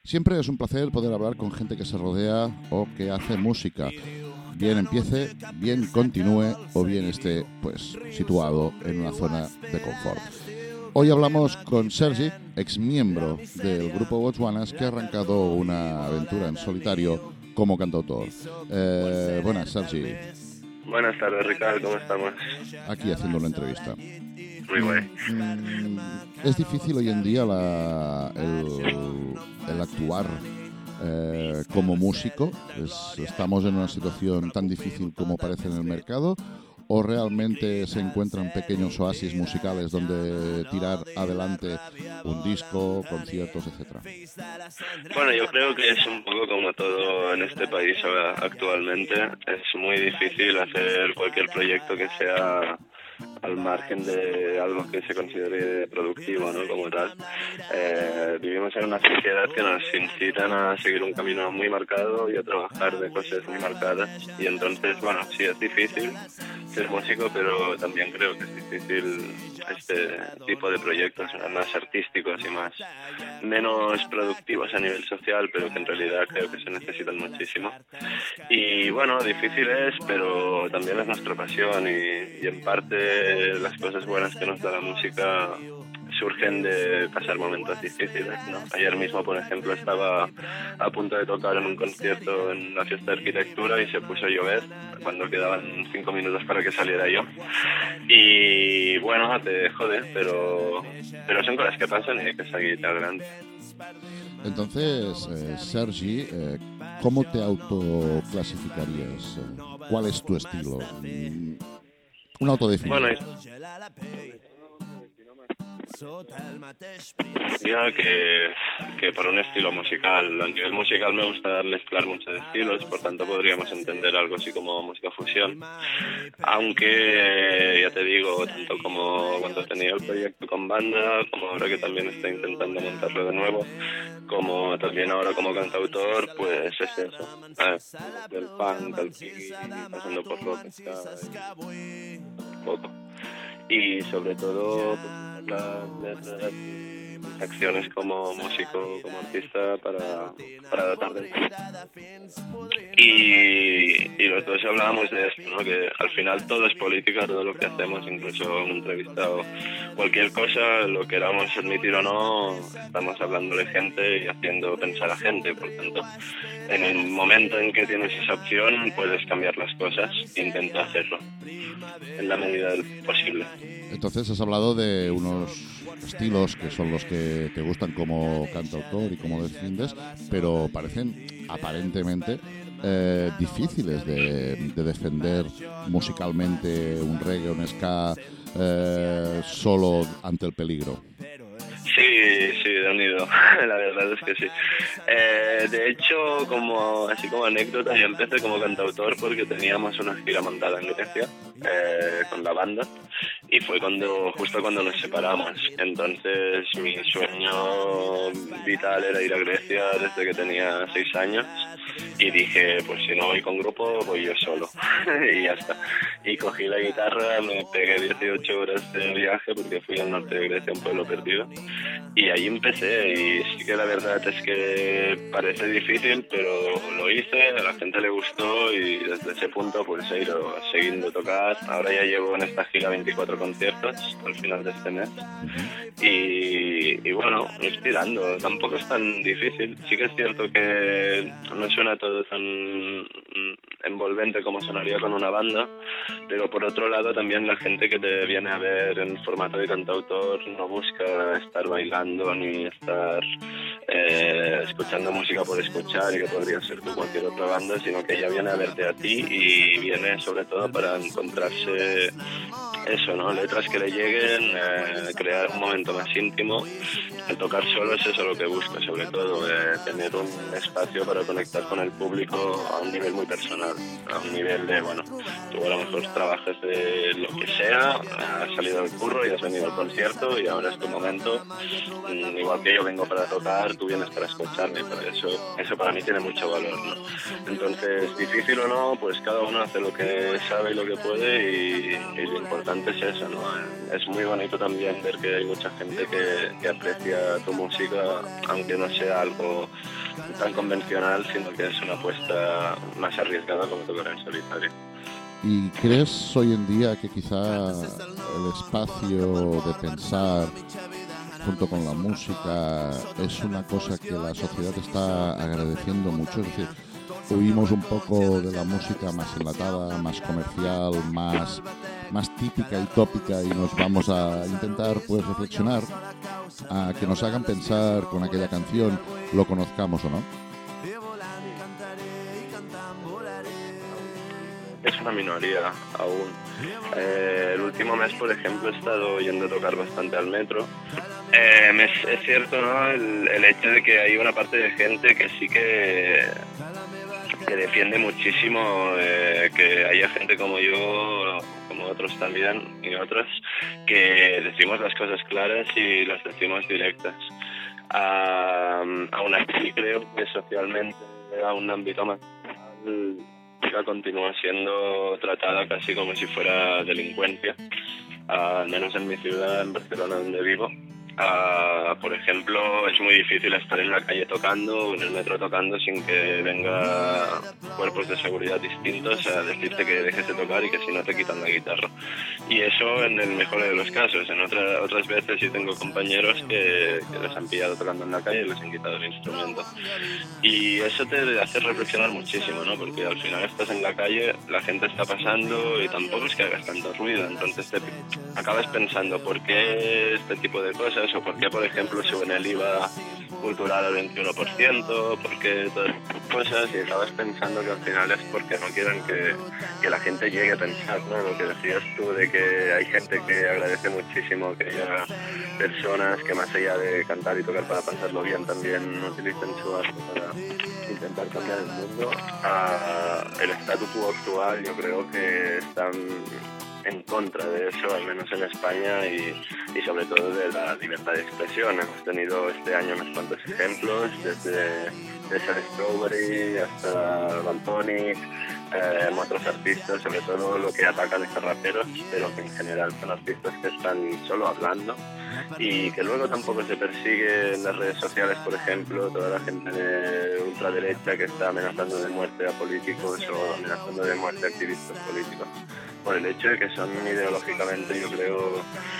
Siempre es un placer poder hablar con gente que se rodea o que hace música. Bien empiece, bien continúe o bien esté pues situado en una zona de confort. Hoy hablamos con Sergi, exmiembro del grupo Botswanas, que ha arrancado una aventura en solitario como cantautor. Buenas, Sergi. Buenas tardes, Ricardo, ¿cómo estamos? Aquí haciendo una entrevista. Muy guay. Es difícil hoy en día el actuar como músico. Estamos en una situación tan difícil como parece en el mercado, o realmente se encuentran pequeños oasis musicales donde tirar adelante un disco, conciertos, etcétera. Bueno, yo creo que es un poco como todo en este país actualmente. Es muy difícil hacer cualquier proyecto que sea al margen de algo que se considere productivo, ¿no? Como tal. Vivimos en una sociedad que nos incitan a seguir un camino muy marcado y a trabajar de cosas muy marcadas. Y entonces, bueno, sí es difícil ser músico, pero también creo que es difícil este tipo de proyectos más artísticos y menos productivos a nivel social, pero que en realidad creo que se necesitan muchísimo. Y bueno, difícil es, pero también es nuestra pasión y en parte las cosas buenas que nos da la música surgen de pasar momentos difíciles, ¿no? Ayer mismo, por ejemplo, estaba a punto de tocar en un concierto en la fiesta de arquitectura y se puso a llover cuando quedaban 5 minutos para que saliera yo. Y bueno, te jode, pero son cosas que pasan y hay que seguir adelante. Entonces, Sergi, ¿cómo te autoclasificarías? ¿Cuál es tu estilo? Una autodefinición. Bueno, diría que por un estilo musical, a nivel musical me gusta mezclar muchos estilos, por tanto podríamos entender algo así como música fusión, aunque ya te digo, tanto como cuando tenía el proyecto con banda, como ahora que también estoy intentando montarlo de nuevo, como también ahora como cantautor, pues es eso, del punk, del punk, pasando por rock, un poco, y sobre todo las acciones como músico, como artista para tratar de... Y los dos hablábamos de esto, ¿no? Que al final todo es política, todo lo que hacemos, incluso en un entrevistado, cualquier cosa, lo queramos admitir o no, estamos hablando de gente y haciendo pensar a gente, por tanto, en el momento en que tienes esa opción puedes cambiar las cosas, intenta hacerlo en la medida del posible. Entonces has hablado de unos estilos que son los que te gustan como cantautor y como defiendes, pero parecen aparentemente difíciles de defender musicalmente, un reggae, un ska, solo ante el peligro. Sí, de unido, la verdad es que sí. De hecho, así como anécdota, yo empecé como cantautor porque teníamos una gira montada en Grecia con la banda y fue justo cuando nos separamos. Entonces mi sueño vital era ir a Grecia desde que tenía 6 años y dije, pues si no voy con grupo, voy yo solo y ya está. Y cogí la guitarra, me pegué 18 horas de viaje porque fui al norte de Grecia, un pueblo perdido. Y ahí empecé y sí que la verdad es que parece difícil, pero lo hice, a la gente le gustó y desde ese punto pues he ido siguiendo tocar. Ahora ya llevo en esta gira 24 conciertos al final de este mes y bueno, estoy tirando, tampoco es tan difícil. Sí que es cierto que no suena todo tan envolvente como sonaría con una banda, pero por otro lado también la gente que te viene a ver en formato de cantautor no busca estar bailando ni estar escuchando música por escuchar y que podría ser de cualquier otra banda, sino que ya viene a verte a ti y viene sobre todo para encontrarse eso, ¿no? Letras que le lleguen, crear un momento más íntimo. El tocar solo es eso lo que busco, sobre todo, tener un espacio para conectar con el público a un nivel muy personal, a un nivel de, bueno, tú a lo mejor trabajas de lo que sea, has salido del curro y has venido al concierto y ahora es tu momento, igual que yo vengo para tocar, tú vienes para escucharme, pero eso para mí tiene mucho valor, ¿no? Entonces, difícil o no, pues cada uno hace lo que sabe y lo que puede y lo importante importante es eso, ¿no? Es muy bonito también ver que hay mucha gente que aprecia tu música, aunque no sea algo tan convencional, sino que es una apuesta más arriesgada como tocar en solitario. ¿Y crees hoy en día que quizá el espacio de pensar junto con la música es una cosa que la sociedad está agradeciendo mucho? Es decir, huimos un poco de la música más enlatada, más comercial, más típica y tópica, y nos vamos a intentar pues reflexionar, a que nos hagan pensar con aquella canción, lo conozcamos o no. Es una minoría aún. El último mes, por ejemplo, he estado yendo a tocar bastante al metro. Es cierto, ¿no? El hecho de que hay una parte de gente que sí que defiende muchísimo que haya gente como yo, como otros también y otros, que decimos las cosas claras y las decimos directas. Aún así creo que socialmente a un ámbito más continúa siendo tratada casi como si fuera delincuencia, al menos en mi ciudad, en Barcelona, donde vivo. Por ejemplo, es muy difícil estar en la calle tocando o en el metro tocando sin que venga cuerpos de seguridad distintos a decirte que dejes de tocar y que si no te quitan la guitarra. Y eso en el mejor de los casos. En otras veces sí tengo compañeros que les han pillado tocando en la calle y les han quitado el instrumento. Y eso te hace reflexionar muchísimo, ¿no? Porque al final estás en la calle, la gente está pasando y tampoco es que hagas tanto ruido. Entonces te acabas pensando, ¿por qué este tipo de cosas? O por qué, por ejemplo, suben el IVA cultural al 21%, por qué todas estas cosas, y acabas pensando que al final es porque no quieren que la gente llegue a pensar, ¿no? Lo que decías tú de que hay gente que agradece muchísimo que haya personas que más allá de cantar y tocar para pasarlo bien también utilicen su arte para intentar cambiar el mundo. El status quo actual yo creo que están en contra de eso, al menos en España, y sobre todo de la libertad de expresión. Hemos tenido este año unos cuantos ejemplos, desde Strawberry hasta Valtonic, otros artistas, sobre todo lo que atacan es a raperos, pero que en general son artistas que están solo hablando y que luego tampoco se persigue en las redes sociales, por ejemplo, toda la gente de ultraderecha que está amenazando de muerte a políticos o amenazando de muerte a activistas políticos, por el hecho de que son ideológicamente, yo creo,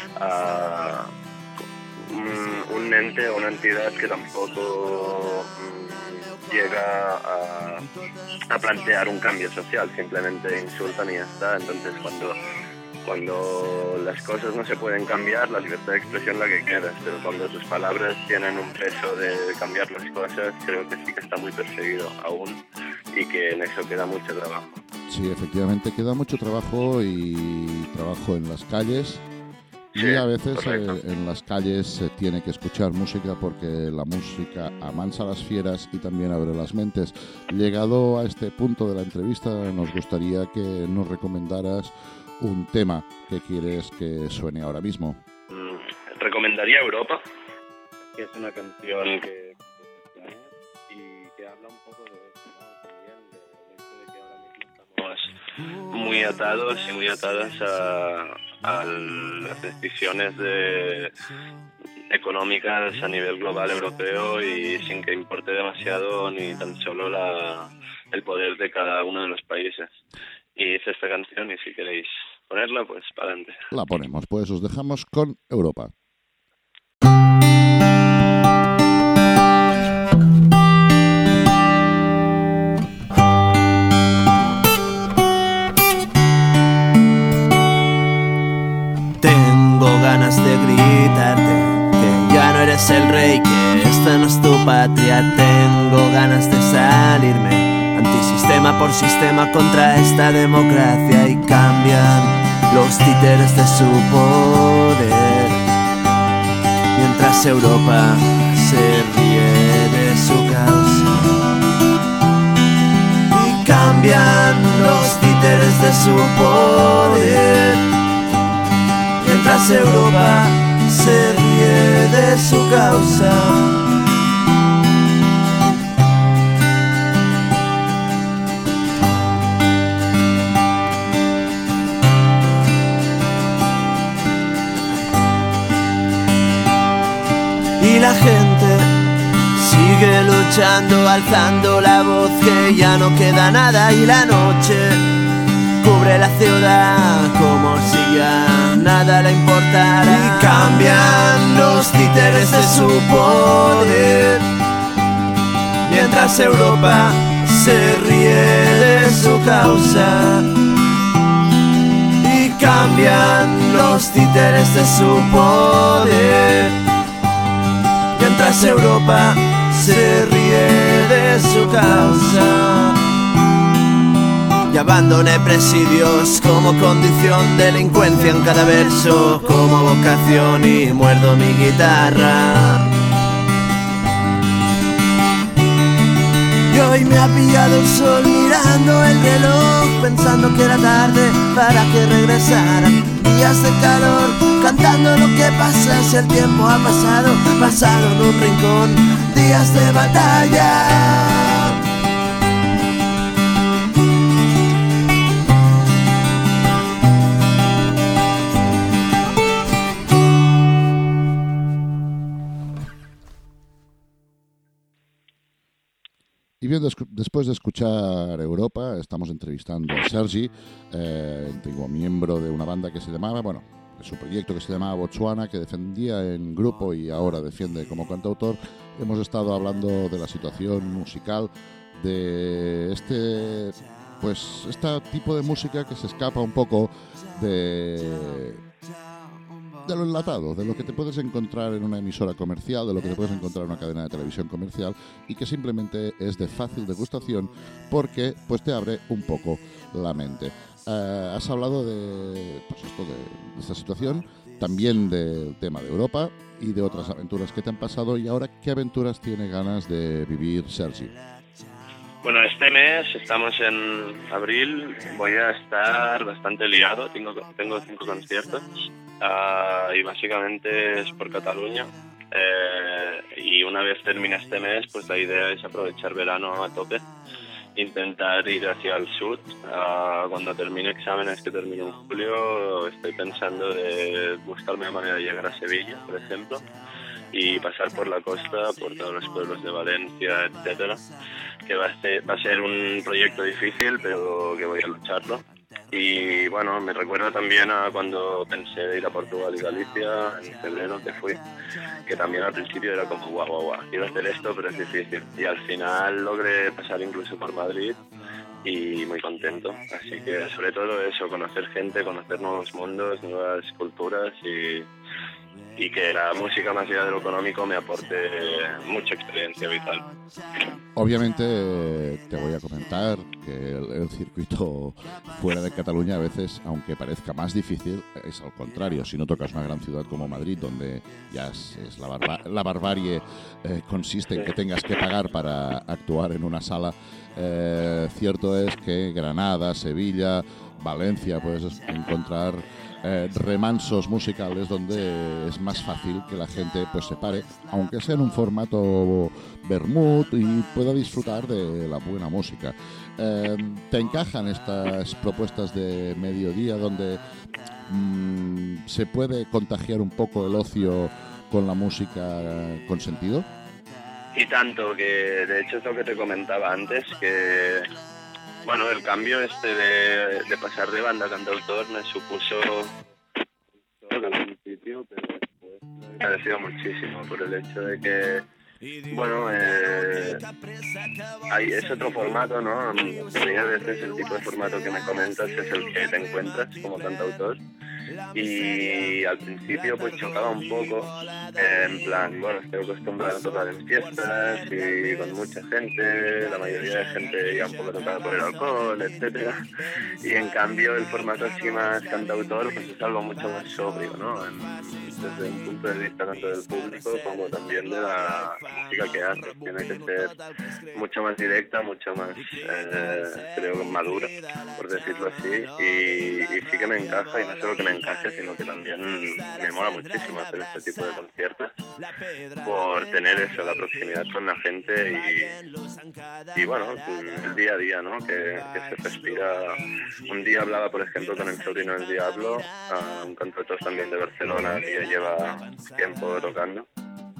un ente o una entidad que tampoco llega a plantear un cambio social, simplemente insultan y ya está. Entonces cuando las cosas no se pueden cambiar, la libertad de expresión la que queda, pero cuando tus palabras tienen un peso de cambiar las cosas, creo que sí que está muy perseguido aún y que en eso queda mucho trabajo. Sí, efectivamente queda mucho trabajo, y trabajo en las calles. Sí, y a veces en las calles se tiene que escuchar música, porque la música amansa las fieras y también abre las mentes. Llegado a este punto de la entrevista, nos gustaría que nos recomendaras un tema que quieres que suene ahora mismo. Recomendaría Europa, que es una canción que habla un poco de esto, ¿no? También del hecho de que ahora mismo estamos muy atados y muy atadas a las decisiones económicas a nivel global europeo, y sin que importe demasiado ni tan solo el poder de cada uno de los países. Y hice esta canción, y si queréis ponerla, pues para adelante. La ponemos, pues os dejamos con Europa. Tengo ganas de gritarte que ya no eres el rey, que esta no es tu patria. Tengo ganas de salirme antisistema por sistema contra esta democracia, y cambian los títeres de su poder, mientras Europa se ríe de su causa. Y cambian los títeres de su poder, mientras Europa se ríe de su causa. y la gente sigue luchando, alzando la voz, que ya no queda nada y la noche cubre la ciudad como si ya nada le importara. Y cambian los títeres de su poder, mientras Europa se ríe de su causa. Y cambian los títeres de su poder, mientras Europa se ríe de su causa. Y abandoné presidios como condición, delincuencia en cada verso como vocación, y muerdo mi guitarra. Y hoy me ha pillado el sol mirando el reloj, pensando que era tarde para que regresaran. Días de calor, cantando lo que pasa si el tiempo ha pasado, pasado en un rincón. Días de batalla. Y bien, después de escuchar Europa, estamos entrevistando a Sergi, antiguo miembro de una banda que se llamaba, bueno, de su proyecto que se llamaba Botswana, que defendía en grupo y ahora defiende como cantautor. Hemos estado hablando de la situación musical de este tipo de música que se escapa un poco de lo enlatado, de lo que te puedes encontrar en una emisora comercial, de lo que te puedes encontrar en una cadena de televisión comercial, y que simplemente es de fácil degustación porque pues te abre un poco la mente. Has hablado de esta situación, también del tema de Europa y de otras aventuras que te han pasado, y ahora, ¿qué aventuras tiene ganas de vivir Sergi? Bueno, este mes, estamos en abril, voy a estar bastante liado, tengo 5 conciertos. Y básicamente es por Cataluña, y una vez termine este mes, pues la idea es aprovechar verano a tope, intentar ir hacia el sur. Cuando termine exámenes, que termino en julio, estoy pensando de buscarme la manera de llegar a Sevilla, por ejemplo, y pasar por la costa, por todos los pueblos de Valencia, etcétera, que va a ser un proyecto difícil, pero que voy a lucharlo. Y bueno, me recuerda también a cuando pensé ir a Portugal y Galicia en febrero, que fui, que también al principio era como guau, quiero hacer esto, pero es difícil. Y al final logré pasar incluso por Madrid y muy contento. Así que sobre todo eso, conocer gente, conocer nuevos mundos, nuevas culturas, y que la música más allá de lo económico me aporte mucha experiencia vital. Obviamente te voy a comentar que el circuito fuera de Cataluña a veces, aunque parezca más difícil, es al contrario. Si no tocas una gran ciudad como Madrid, donde ya es la barbarie consiste en que tengas que pagar para actuar en una sala, cierto es que Granada, Sevilla, Valencia, puedes encontrar remansos musicales donde es más fácil que la gente pues se pare, aunque sea en un formato vermut, y pueda disfrutar de la buena música. ¿Te encajan estas propuestas de mediodía donde se puede contagiar un poco el ocio con la música con sentido? Y tanto, que de hecho es lo que te comentaba antes, que bueno, el cambio de pasar de banda a cantautor me supuso al principio, pero después me ha agradecido muchísimo por el hecho de que, bueno, es otro formato, ¿no? Muchas veces el tipo de formato que me comentas es el que te encuentras como cantautor. Y al principio pues chocaba un poco, en plan, bueno, estoy acostumbrado a tocar en fiestas y con mucha gente, la mayoría de gente ya un poco tocada por el alcohol, etcétera, y en cambio el formato así más cantautor pues es algo mucho más sobrio, ¿no? Desde un punto de vista tanto del público como también de la música que hace, tiene que ser mucho más directa, mucho más, creo, madura, por decirlo así, y sí que me encaja, y no solo que me encaje, sino que también me mola muchísimo hacer este tipo de conciertos por tener eso, la proximidad con la gente y bueno, el día a día, ¿no? Que se respira. Un día hablaba, por ejemplo, con el sobrino del Diablo, un cantautor también de Barcelona que lleva tiempo tocando,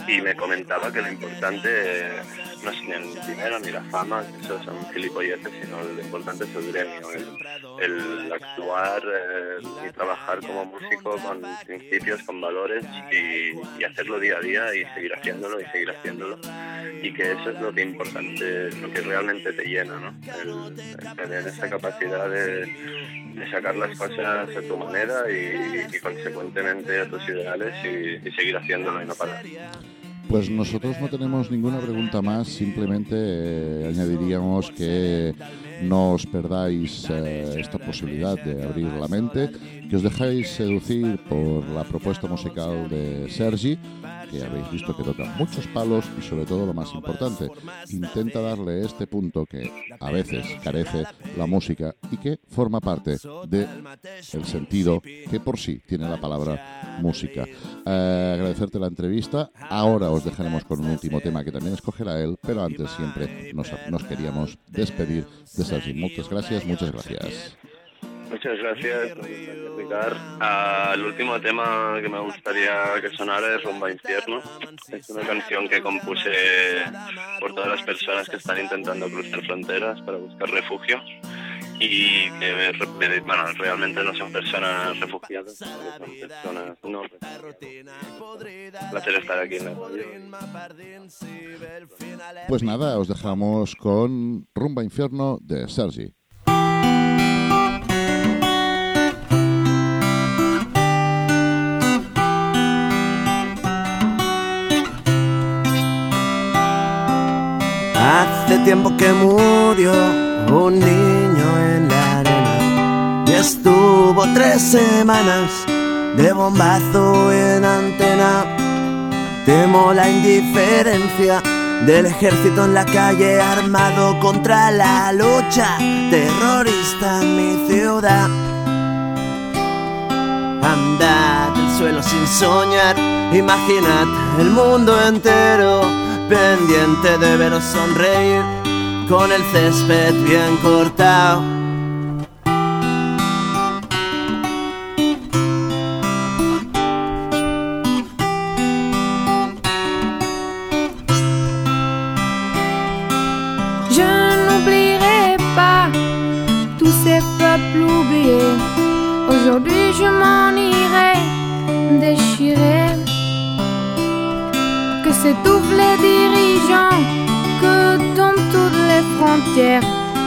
y me comentaba que lo importante no es ni el dinero ni la fama, que eso son gilipolleces, sino lo importante es el gremio, el actuar y trabajar como músico con principios, con valores y hacerlo día a día y seguir haciéndolo y que eso es lo que importante, lo que realmente te llena, ¿no? El tener esa capacidad de sacar las cosas a tu manera y consecuentemente a tus ideales y seguir haciéndolo y no parar. Pues nosotros no tenemos ninguna pregunta más, simplemente añadiríamos que no os perdáis esta posibilidad de abrir la mente, que os dejáis seducir por la propuesta musical de Sergi, que habéis visto que toca muchos palos y sobre todo lo más importante, intenta darle este punto que a veces carece la música y que forma parte del sentido que por sí tiene la palabra música. Agradecerte la entrevista. Ahora os dejaremos con un último tema que también escogerá él, pero antes siempre nos queríamos despedir de Sergi. Muchas gracias. Muchas gracias, Ricard. El último tema que me gustaría que sonara es Rumba Infierno. Es una canción que compuse por todas las personas que están intentando cruzar fronteras para buscar refugio y que realmente no son personas refugiadas, son personas no refugiadas. Un placer estar aquí en la radio. Pues nada, os dejamos con Rumba Infierno de Sergi. Hace tiempo que murió un niño en la arena y estuvo 3 semanas de bombazo en antena. Temo la indiferencia del ejército en la calle armado contra la lucha terrorista en mi ciudad. Andad el suelo sin soñar, imaginad el mundo entero pendiente de veros sonreír con el césped bien cortado. Je n'oublierai pas tous ces peuples oubliés. Aujourd'hui je m'en irai déchiré. Que s'étouffent les dirigeants, que tombent toutes les frontières.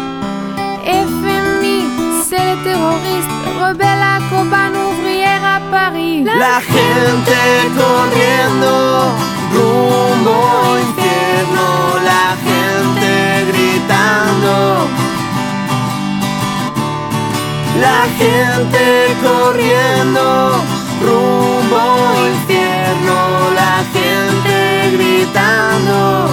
FMI, c'est les terroristes, rebelles à Kobane, ouvrières à Paris. La gente corriendo rumbo infierno, la gente gritando. La gente corriendo rumbo infierno, la gente gritando.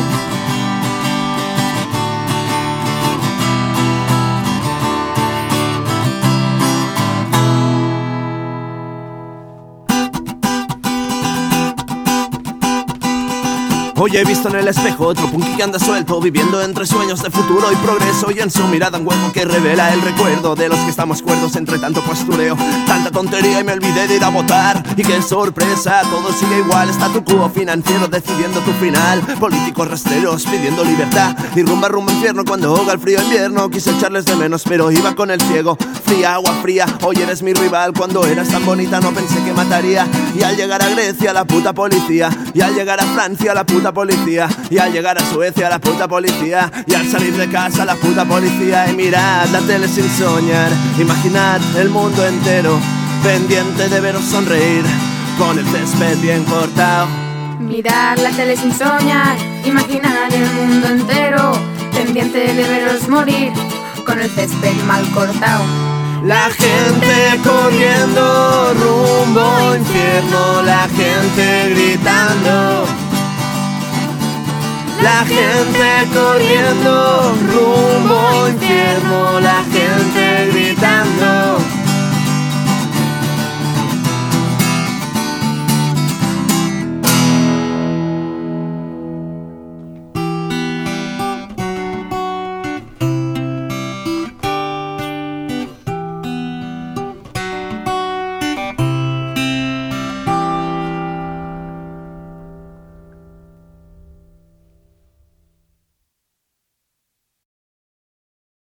Hoy he visto en el espejo otro punky que anda suelto, viviendo entre sueños de futuro y progreso, y en su mirada un hueco que revela el recuerdo de los que estamos cuerdos entre tanto postureo, tanta tontería, y me olvidé de ir a votar. Y qué sorpresa, todo sigue igual, statu quo financiero decidiendo tu final, políticos rastreros pidiendo libertad, y rumba infierno cuando ahoga el frío invierno. Quise echarles de menos pero iba con el ciego, fría, agua fría, hoy eres mi rival. Cuando eras tan bonita no pensé que mataría, y al llegar a Grecia la puta policía, y al llegar a Francia la puta policía, y al llegar a Suecia la puta policía, y al salir de casa la puta policía. Y mirad la tele sin soñar, imaginad el mundo entero pendiente de veros sonreír con el césped bien cortado. Mirar la tele sin soñar, imaginar el mundo entero pendiente de veros morir con el césped mal cortado. La gente corriendo rumbo infierno, la gente gritando. La gente corriendo rumbo infierno, la gente gritando.